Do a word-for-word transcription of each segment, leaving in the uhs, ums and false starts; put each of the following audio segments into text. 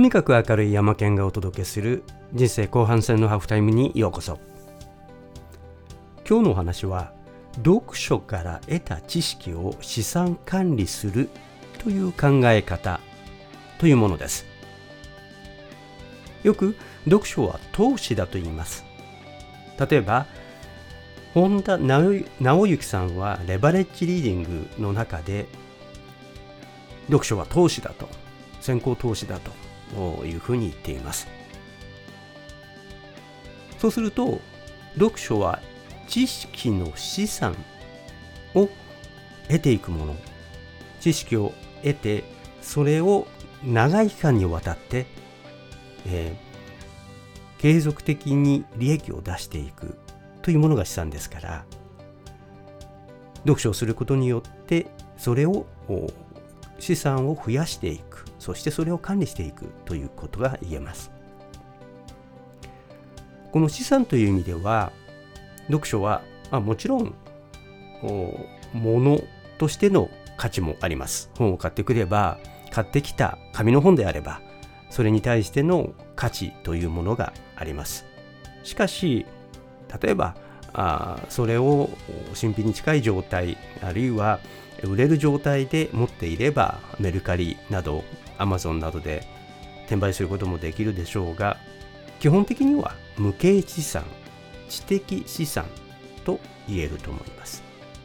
にかく明るい山健がお届けする人生後半戦のハーフタイムにようこそ。今日のお話は、読書から得た知識を資産管理するという考え方というものです。よく読書は投資だと言います。例えば本田直之さんはレバレッジリーディングの中で、読書は投資だと、先行投資だというふうに言っています。そうすると、読書は知識の資産を得ていくもの、知識を得て、それを長い期間にわたって、えー、継続的に利益を出していくというものが資産ですから、読書をすることによってそれを資産を増やしていく、そしてそれを管理していくということが言えます。この資産という意味では、読書は、まあ、もちろん物としての価値もあります。本を買ってくれば、買ってきた紙の本であれば、それに対しての価値というものがあります。しかし例えばあそれを新品に近い状態、あるいは売れる状態で持っていれば、メルカリなどアマゾンなどで転売することもできるでしょうが、基本的には無形資産、知的資産と言えると思います。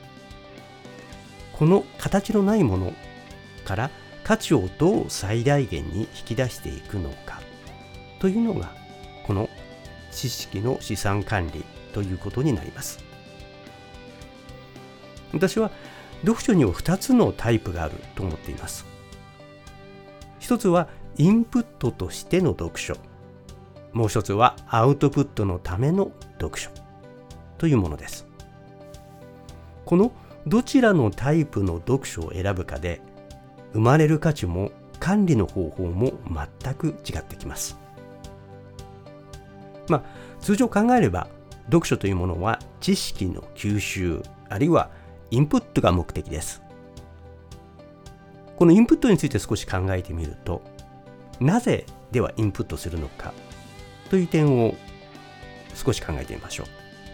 この形のないものから価値をどう最大限に引き出していくのかというのが、この知識の資産管理ということになります。私は読書にはふたつのタイプがあると思っています。ひとつはインプットとしての読書、もう一つはアウトプットのための読書というものです。このどちらのタイプの読書を選ぶかで、生まれる価値も管理の方法も全く違ってきます。まあ、通常考えれば、読書というものは知識の吸収、あるいはインプットが目的です。このインプットについて少し考えてみると、なぜではインプットするのかという点を少し考えてみましょう。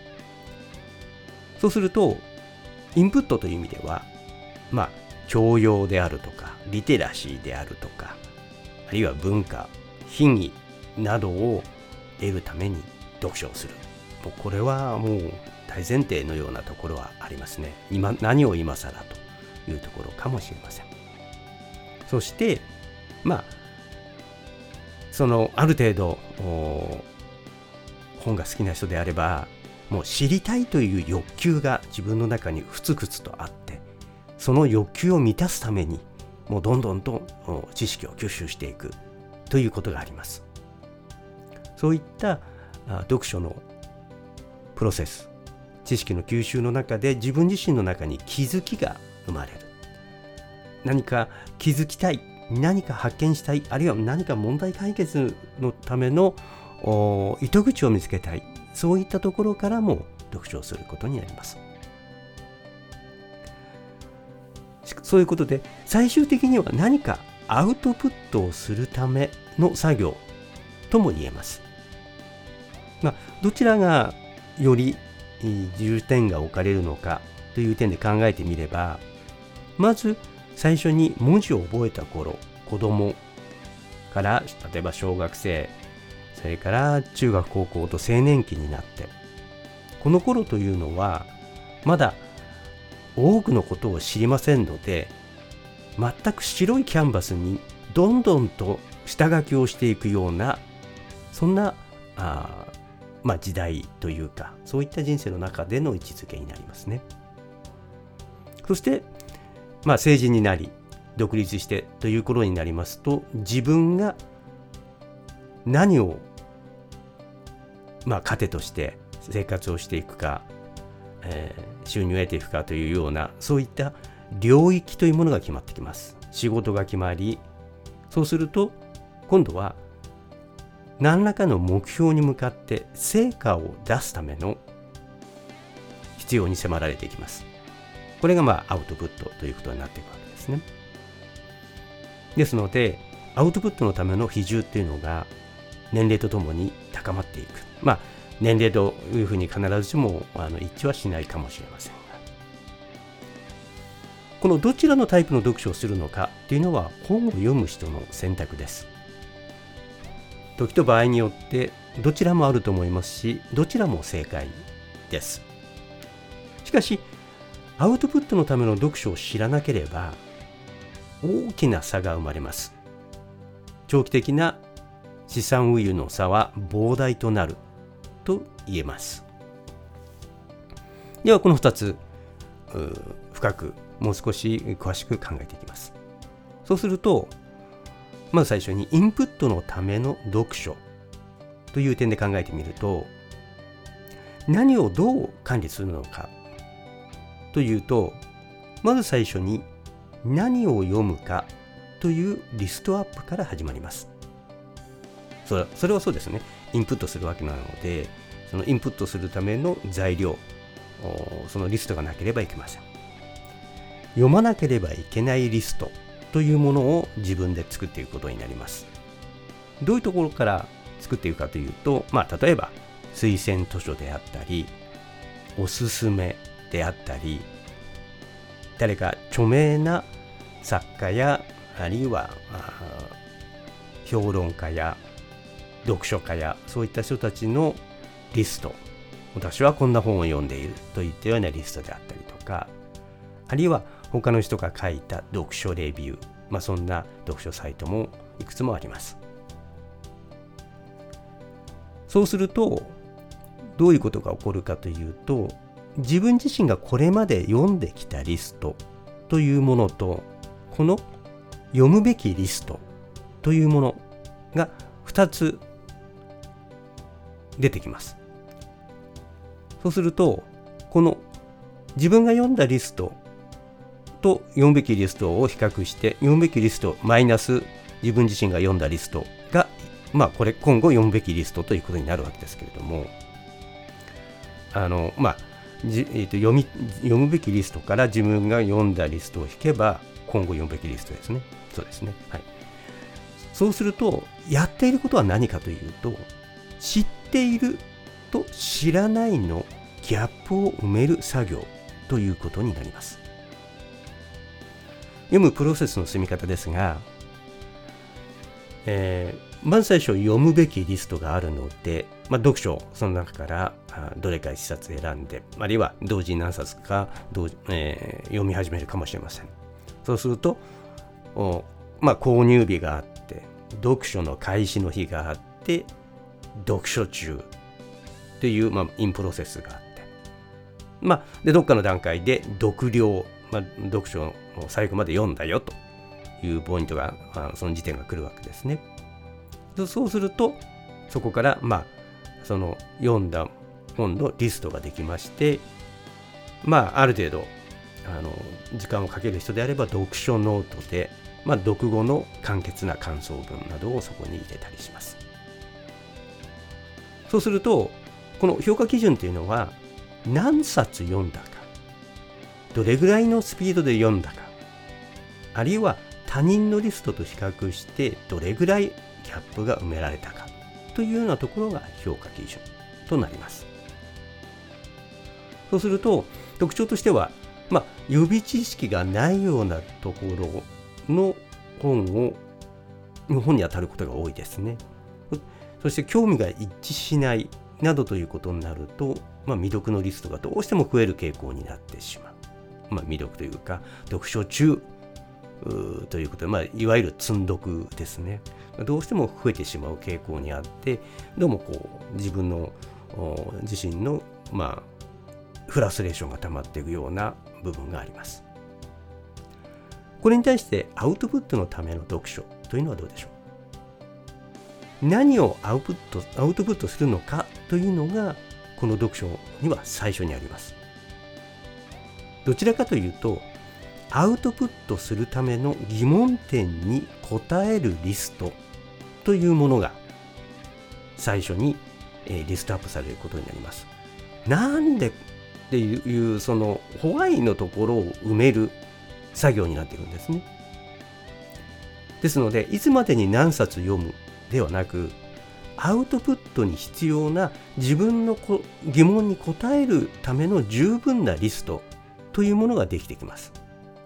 そうすると、インプットという意味では、まあ、教養であるとか、リテラシーであるとか、あるいは文化、品位などを得るために読書をする。もうこれはもう大前提のようなところはありますね。今何を今更というところかもしれません。そしてまあそのある程度本が好きな人であれば、もう知りたいという欲求が自分の中にふつふつとあって、その欲求を満たすためにもうどんどんと知識を吸収していくということがあります。そういった読書のプロセス、知識の吸収の中で自分自身の中に気づきが生まれる。何か気づきたい、何か発見したい、あるいは何か問題解決のための糸口を見つけたい、そういったところからも読書をすることになります。そういうことで、最終的には何かアウトプットをするための作業とも言えます。まあ、どちらがより重点が置かれるのかという点で考えてみれば、まず最初に文字を覚えた頃、子供から例えば小学生、それから中学高校と青年期になって、この頃というのはまだ多くのことを知りませんので、全く白いキャンバスにどんどんと下書きをしていくような、そんなあ、まあ、時代というか、そういった人生の中での位置づけになりますね。そして、まあ、成人になり独立してという頃になりますと、自分が何を、まあ、糧として生活をしていくか、えー、収入を得ていくかというような、そういった領域というものが決まってきます。仕事が決まり、そうすると今度は何らかの目標に向かって成果を出すための必要に迫られていきます。これがまあアウトプットということになっていくわけですね。ですので、 アウトプットのための比重っていうのが年齢とともに高まっていく。まあ年齢というふうに必ずしもあの一致はしないかもしれませんが、このどちらのタイプの読書をするのかっていうのは本を読む人の選択です。時と場合によってどちらもあると思いますし、どちらも正解です。しかしアウトプットのための読書を知らなければ大きな差が生まれます。長期的な資産運用の差は膨大となると言えます。ではこのふたつ深くもう少し詳しく考えていきます。そうすると、まず最初にインプットのための読書という点で考えてみると、何をどう管理するのかというと、まず最初に何を読むかというリストアップから始まります。それ、それはそうですね。インプットするわけなので、そのインプットするための材料、そのリストがなければいけません。読まなければいけないリストというものを自分で作っていくことになります。どういうところから作っていくかというと、まあ例えば推薦図書であったり、おすすめであったり、誰か著名な作家やあるいは評論家や読書家やそういった人たちのリスト、私はこんな本を読んでいるといったようなリストであったりとか、あるいは他の人が書いた読書レビュー、まあ、そんな読書サイトもいくつもあります。そうするとどういうことが起こるかというと、自分自身がこれまで読んできたリストというものと、この読むべきリストというものがふたつ出てきます。そうすると、この自分が読んだリストと読むべきリストを比較して、読むべきリストマイナス自分自身が読んだリストが、まあこれ今後読むべきリストということになるわけですけれども、あのまあじ、えー、と読み読むべきリストから自分が読んだリストを引けば今後読むべきリストですね。そうですね。はい。そうするとやっていることは何かというと、知っていると知らないのギャップを埋める作業ということになります。読むプロセスの進み方ですが、えー、まず最初読むべきリストがあるので、まあ、読書その中からどれか一冊選んで、あるいは同時に何冊か同時、えー、読み始めるかもしれません。そうすると、まあ、購入日があって、読書の開始の日があって、読書中という、まあ、インプロセスがあって、まあ、でどっかの段階で読了、まあ、読書を最後まで読んだよというポイントが、まあ、その時点が来るわけですね。そうするとそこから、まあ、その読んだ本のリストができまして、まあ、ある程度あの時間をかける人であれば読書ノートで、まあ、読後の簡潔な感想文などをそこに入れたりします。そうするとこの評価基準というのは何冊読んだか、どれぐらいのスピードで読んだか、あるいは他人のリストと比較してどれぐらいギャップが埋められたかというようなところが評価基準となります。そうすると特徴としては、まあ、予備知識がないようなところの本を本に当たることが多いですね。そして興味が一致しないなどということになると、まあ、未読のリストがどうしても増える傾向になってしまう。まあ、未読というか読書中ということで、まあ、いわゆる積んどくですね。どうしても増えてしまう傾向にあって、どうもこう自分の自身の、まあ、フラストレーションが溜まっていくような部分があります。これに対してアウトプットのための読書というのはどうでしょう。何をアウトプット、アウトプットするのかというのがこの読書には最初にあります。どちらかというと、アウトプットするための疑問点に答えるリストというものが最初にリストアップされることになります。なんでっていうそのホワイのところを埋める作業になっているんですね。 ですので、いつまでに何冊読むではなく、アウトプットに必要な自分の疑問に答えるための十分なリストというものができてきます。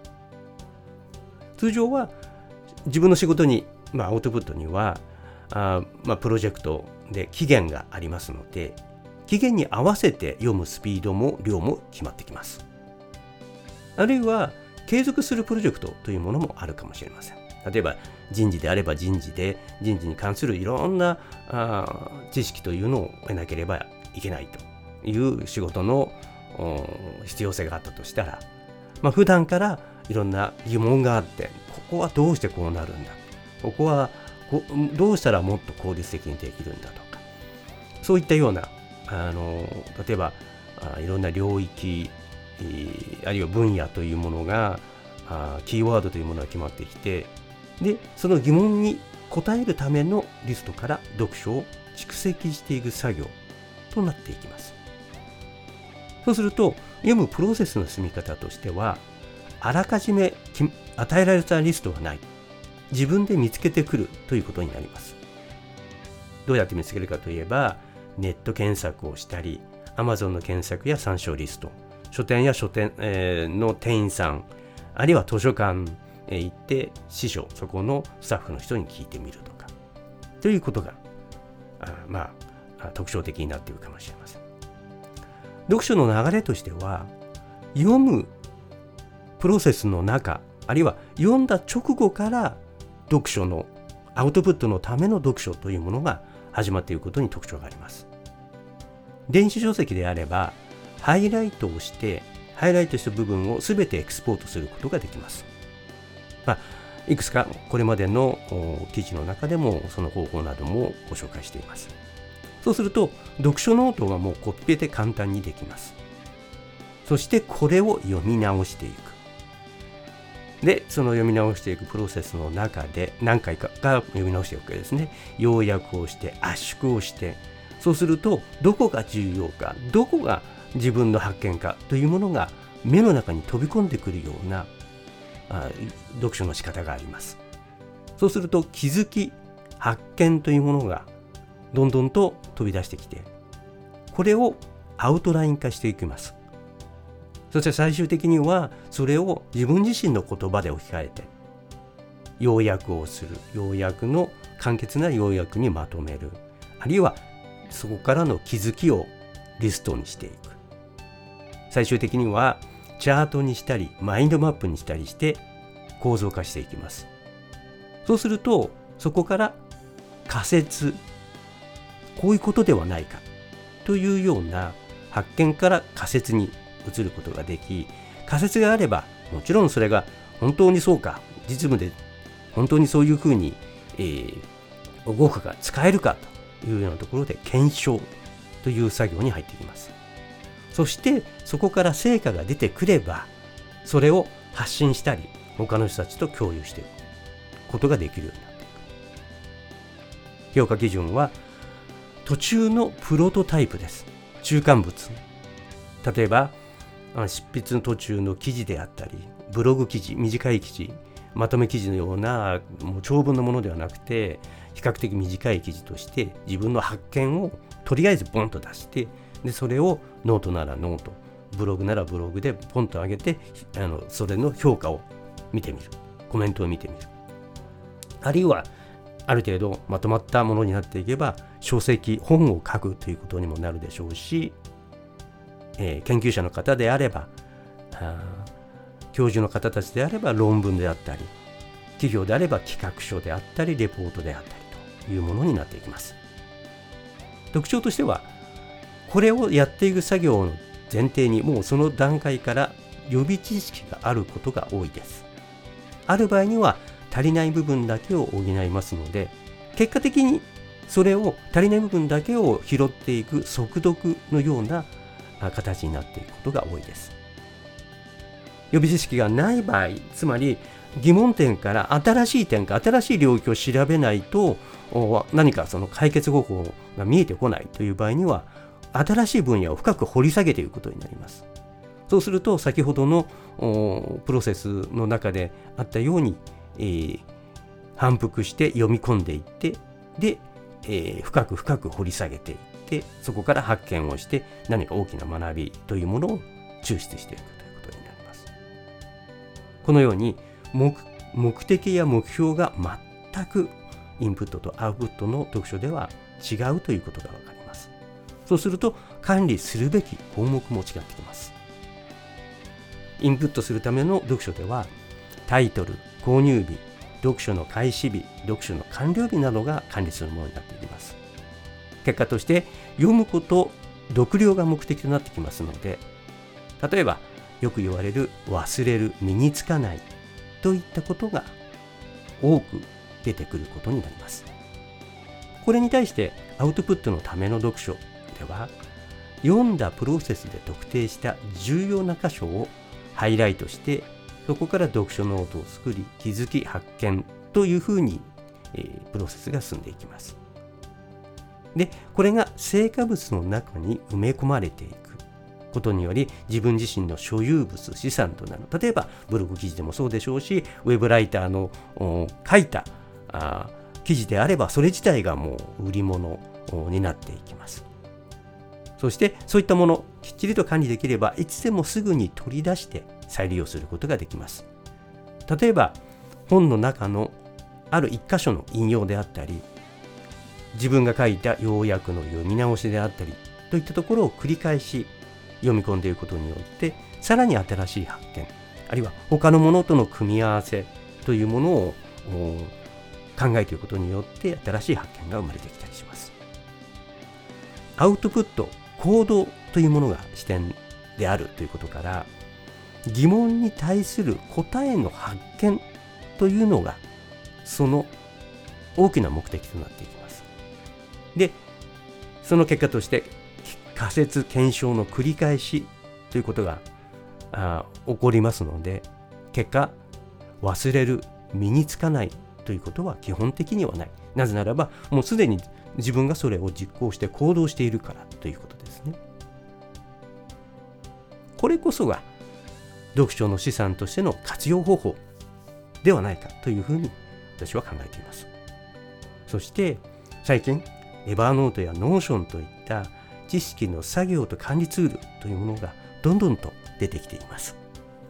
通常は自分の仕事に、まあ、アウトプットにはあ、まあ、プロジェクトで期限がありますので、期限に合わせて読むスピードも量も決まってきます。あるいは継続するプロジェクトというものもあるかもしれません。例えば人事であれば人事で人事に関するいろんなあ知識というのを得なければいけないという仕事の必要性があったとしたら、まあ、普段からいろんな疑問があって、ここはどうしてこうなるんだ、ここはこどうしたらもっと効率的にできるんだとか、そういったようなあの例えばあいろんな領域、あるいは分野というものがあキーワードというものが決まってきて、でその疑問に答えるためのリストから読書を蓄積していく作業となっていきます。そうすると読むプロセスの進み方としては、あらかじめ与えられたリストはない、自分で見つけてくるということになります。どうやって見つけるかといえば、ネット検索をしたり、 Amazon の検索や参照リスト、書店や書店、えー、の店員さん、あるいは図書館へ行って司書、そこのスタッフの人に聞いてみるとかということがあまあ特徴的になっているかもしれません。読書の流れとしては、読むプロセスの中、あるいは読んだ直後から読書のアウトプットのための読書というものが始まっていることに特徴があります。電子書籍であればハイライトをしてハイライトした部分をすべてエクスポートすることができます。まあ、いくつかこれまでの記事の中でもその方法などもご紹介しています。そうすると読書ノートがもうコピペで簡単にできます。そしてこれを読み直していく。で、その読み直していくプロセスの中で何回かが読み直していくわけですね。要約をして圧縮をして、そうするとどこが重要か、どこが自分の発見かというものが目の中に飛び込んでくるようなあ読書の仕方があります。そうすると気づき、発見というものがどんどんと飛び出してきて、これをアウトライン化していきます。そして最終的にはそれを自分自身の言葉で置き換えて要約をする、要約の簡潔な要約にまとめる、あるいはそこからの気づきをリストにしていく。最終的にはチャートにしたりマインドマップにしたりして構造化していきます。そうするとそこから仮説、こういうことではないかというような発見から仮説に移ることができ、仮説があればもちろんそれが本当にそうか、実務で本当にそういうふうに、えー、動くか使えるかというようなところで検証という作業に入っていきます。そしてそこから成果が出てくればそれを発信したり他の人たちと共有していくことができるようになっていく。評価基準は途中のプロトタイプです。中間物、例えば執筆の途中の記事であったり、ブログ記事、短い記事、まとめ記事のようなもう長文のものではなくて、比較的短い記事として自分の発見をとりあえずポンと出して、でそれをノートならノート、ブログならブログでポンと上げて、あのそれの評価を見てみる、コメントを見てみる、あるいはある程度まとまったものになっていけば書籍、本を書くということにもなるでしょうし、えー、研究者の方であればあ教授の方たちであれば論文であったり、企業であれば企画書であったりレポートであったりというものになっていきます。特徴としてはこれをやっていく作業の前提にもうその段階から予備知識があることが多いです。ある場合には足りない部分だけを補いますので、結果的にそれを足りない部分だけを拾っていく速読のような形になっていくことが多いです。予備知識がない場合、つまり疑問点から新しい点か新しい領域を調べないと何かその解決方法が見えてこないという場合には、新しい分野を深く掘り下げていくことになります。そうすると先ほどのプロセスの中であったように、えー、 反復して読み込んでいって、で、えー、深く深く掘り下げていって、そこから発見をして何か大きな学びというものを抽出していくということになります。このように 目, 目的や目標が全くインプットとアウトプットの読書では違うということが分かります。そうすると管理するべき項目も違ってきます。インプットするための読書ではタイトル、購入日、読書の開始日、読書の完了日などが管理するものになっています。結果として読むこと、読量が目的となってきますので、例えばよく言われる忘れる、身につかないといったことが多く出てくることになります。これに対してアウトプットのための読書では、読んだプロセスで特定した重要な箇所をハイライトして、そこから読書ノートを作り、気づき、発見というふうに、えー、プロセスが進んでいきます。で、これが成果物の中に埋め込まれていくことにより、自分自身の所有物、資産となる。例えばブログ記事でもそうでしょうし、ウェブライターの書いたあ記事であれば、それ自体がもう売り物になっていきます。そしてそういったものきっちりと管理できれば、いつでもすぐに取り出して再利用することができます。例えば本の中のある一箇所の引用であったり、自分が書いた要約の読み直しであったりといったところを繰り返し読み込んでいくことによって、さらに新しい発見、あるいは他のものとの組み合わせというものを考えていくことによって新しい発見が生まれてきたりします。アウトプット、行動というものが視点であるということから、疑問に対する答えの発見というのがその大きな目的となっていきます。で、その結果として仮説検証の繰り返しということがあ起こりますので、結果忘れる、身につかないということは基本的にはない。なぜならばもうすでに自分がそれを実行して行動しているからということですね。これこそが読書の資産としての活用方法ではないかというふうに私は考えています。そして最近エバーノートやノーションといった知識の作業と管理ツールというものがどんどんと出てきています。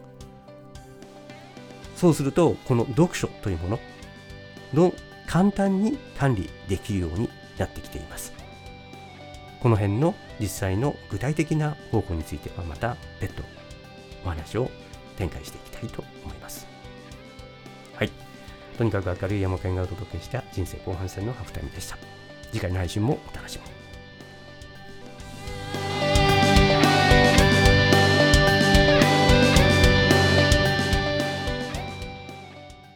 そうするとこの読書というものの簡単に管理できるようになってきています。この辺の実際の具体的な方法についてはまた別途お話を展開していきたいと思います。はい。とにかく明るい山県がお届けした人生後半戦のハーフタイムでした。次回の配信もお楽しみに。